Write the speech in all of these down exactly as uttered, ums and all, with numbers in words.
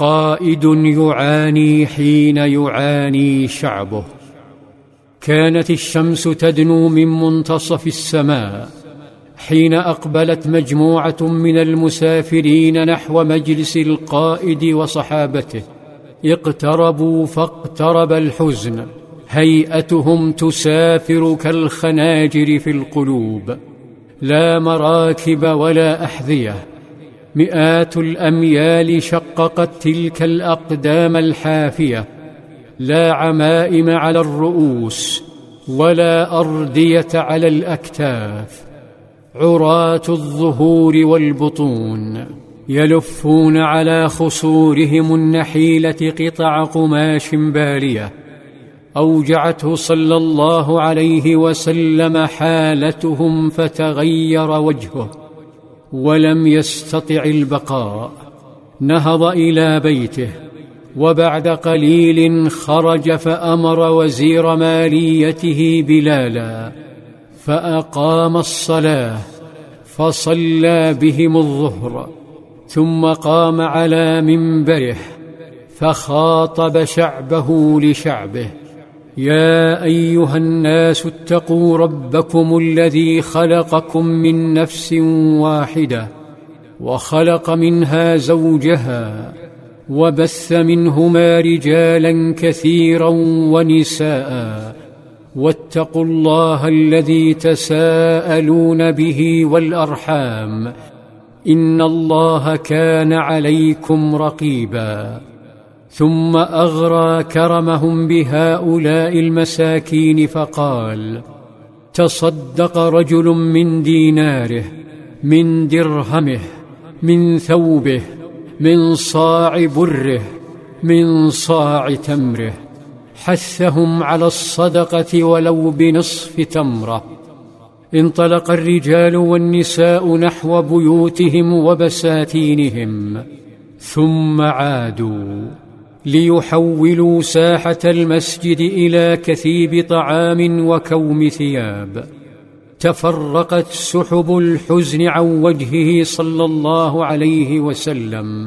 قائد يعاني حين يعاني شعبه. كانت الشمس تدنو من منتصف السماء حين أقبلت مجموعة من المسافرين نحو مجلس القائد وصحابته. اقتربوا فاقترب الحزن، هيئتهم تسافر كالخناجر في القلوب، لا مراكب ولا أحذية. مئات الأميال شققت تلك الأقدام الحافية، لا عمائم على الرؤوس ولا أردية على الأكتاف. عراة الظهور والبطون يلفون على خصورهم النحيلة قطع قماش بالية. أوجعته صلى الله عليه وسلم حالتهم فتغير وجهه ولم يستطع البقاء. نهض إلى بيته، وبعد قليل خرج فأمر وزير ماليته بلالا فأقام الصلاة فصلى بهم الظهر، ثم قام على منبره فخاطب شعبه لشعبه: يا أيها الناس اتقوا ربكم الذي خلقكم من نفس واحدة وخلق منها زوجها وبث منهما رجالا كثيرا ونساء، واتقوا الله الذي تساءلون به والأرحام إن الله كان عليكم رقيبا. ثم أغرى كرمهم بهؤلاء المساكين فقال: تصدق رجل من ديناره، من درهمه، من ثوبه، من صاع بره، من صاع تمره. حثهم على الصدقة ولو بنصف تمرة. انطلق الرجال والنساء نحو بيوتهم وبساتينهم، ثم عادوا ليحولوا ساحة المسجد إلى كثيب طعام وكوم ثياب. تفرقت سحب الحزن عن وجهه صلى الله عليه وسلم،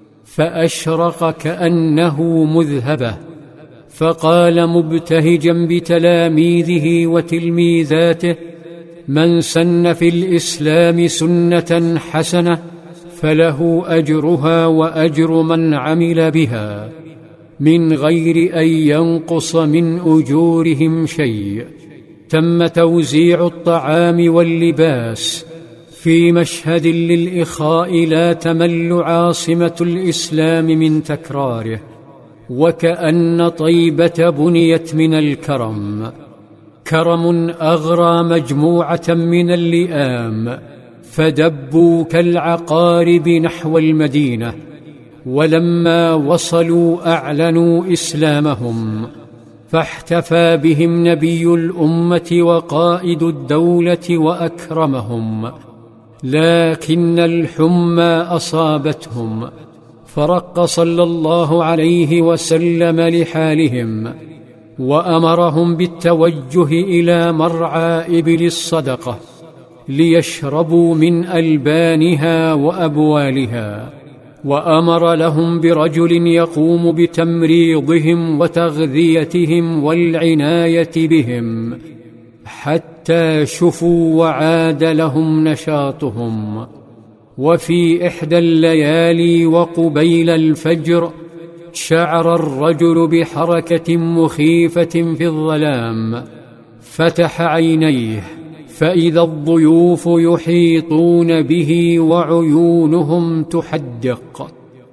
فأشرق كأنه مذهبة، فقال مبتهجا بتلاميذه وتلميذاته: من سن في الإسلام سنة حسنة فله أجرها وأجر من عمل بها من غير أن ينقص من أجورهم شيء. تم توزيع الطعام واللباس في مشهد للإخاء لا تمل عاصمة الإسلام من تكراره، وكأن طيبة بنيت من الكرم. كرم أغرى مجموعة من اللئام فدبوا كالعقارب نحو المدينة، ولما وصلوا أعلنوا إسلامهم، فاحتفى بهم نبي الأمة وقائد الدولة وأكرمهم. لكن الحمى أصابتهم، فرق صلى الله عليه وسلم لحالهم وأمرهم بالتوجه إلى مرعى إبل الصدقة ليشربوا من ألبانها وأبوالها، وأمر لهم برجل يقوم بتمريضهم وتغذيتهم والعناية بهم حتى شفوا وعاد لهم نشاطهم. وفي إحدى الليالي وقبيل الفجر شعر الرجل بحركة مخيفة في الظلام، فتح عينيه فإذا الضيوف يحيطون به وعيونهم تحدق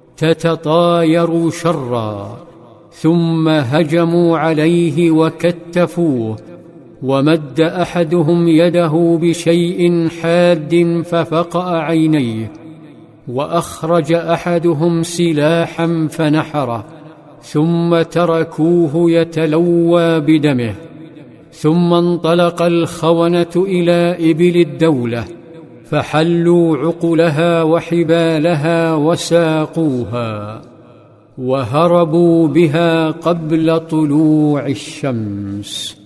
تتطاير شرا، ثم هجموا عليه وكتفوه، ومد أحدهم يده بشيء حاد ففقأ عينيه، وأخرج أحدهم سلاحا فنحره، ثم تركوه يتلوى بدمه. ثم انطلق الخونة إلى إبل الدولة فحلوا عقلها وحبالها وساقوها، وهربوا بها قبل طلوع الشمس.